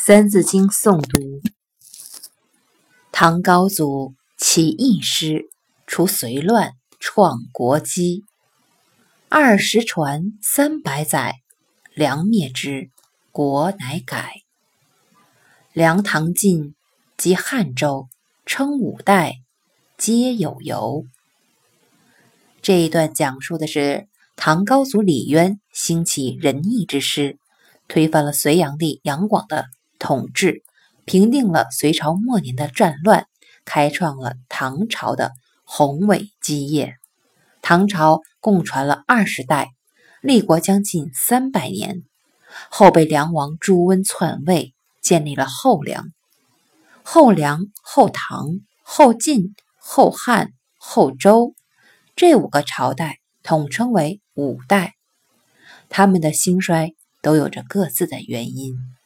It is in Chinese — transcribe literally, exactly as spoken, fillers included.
三字经诵读。唐高祖起义师，除隋乱，创国基。二十传，三百载，梁灭之，国乃改。梁唐晋及汉周，称五代，皆有由。这一段讲述的是唐高祖李渊兴起仁义之师，推翻了隋炀帝杨广的统治，平定了隋朝末年的战乱，开创了唐朝的宏伟基业。唐朝共传了二十代，立国将近三百年，后被梁王朱温篡位，建立了后梁。后梁、后唐、后晋、后汉、后周这五个朝代统称为五代，他们的兴衰都有着各自的原因。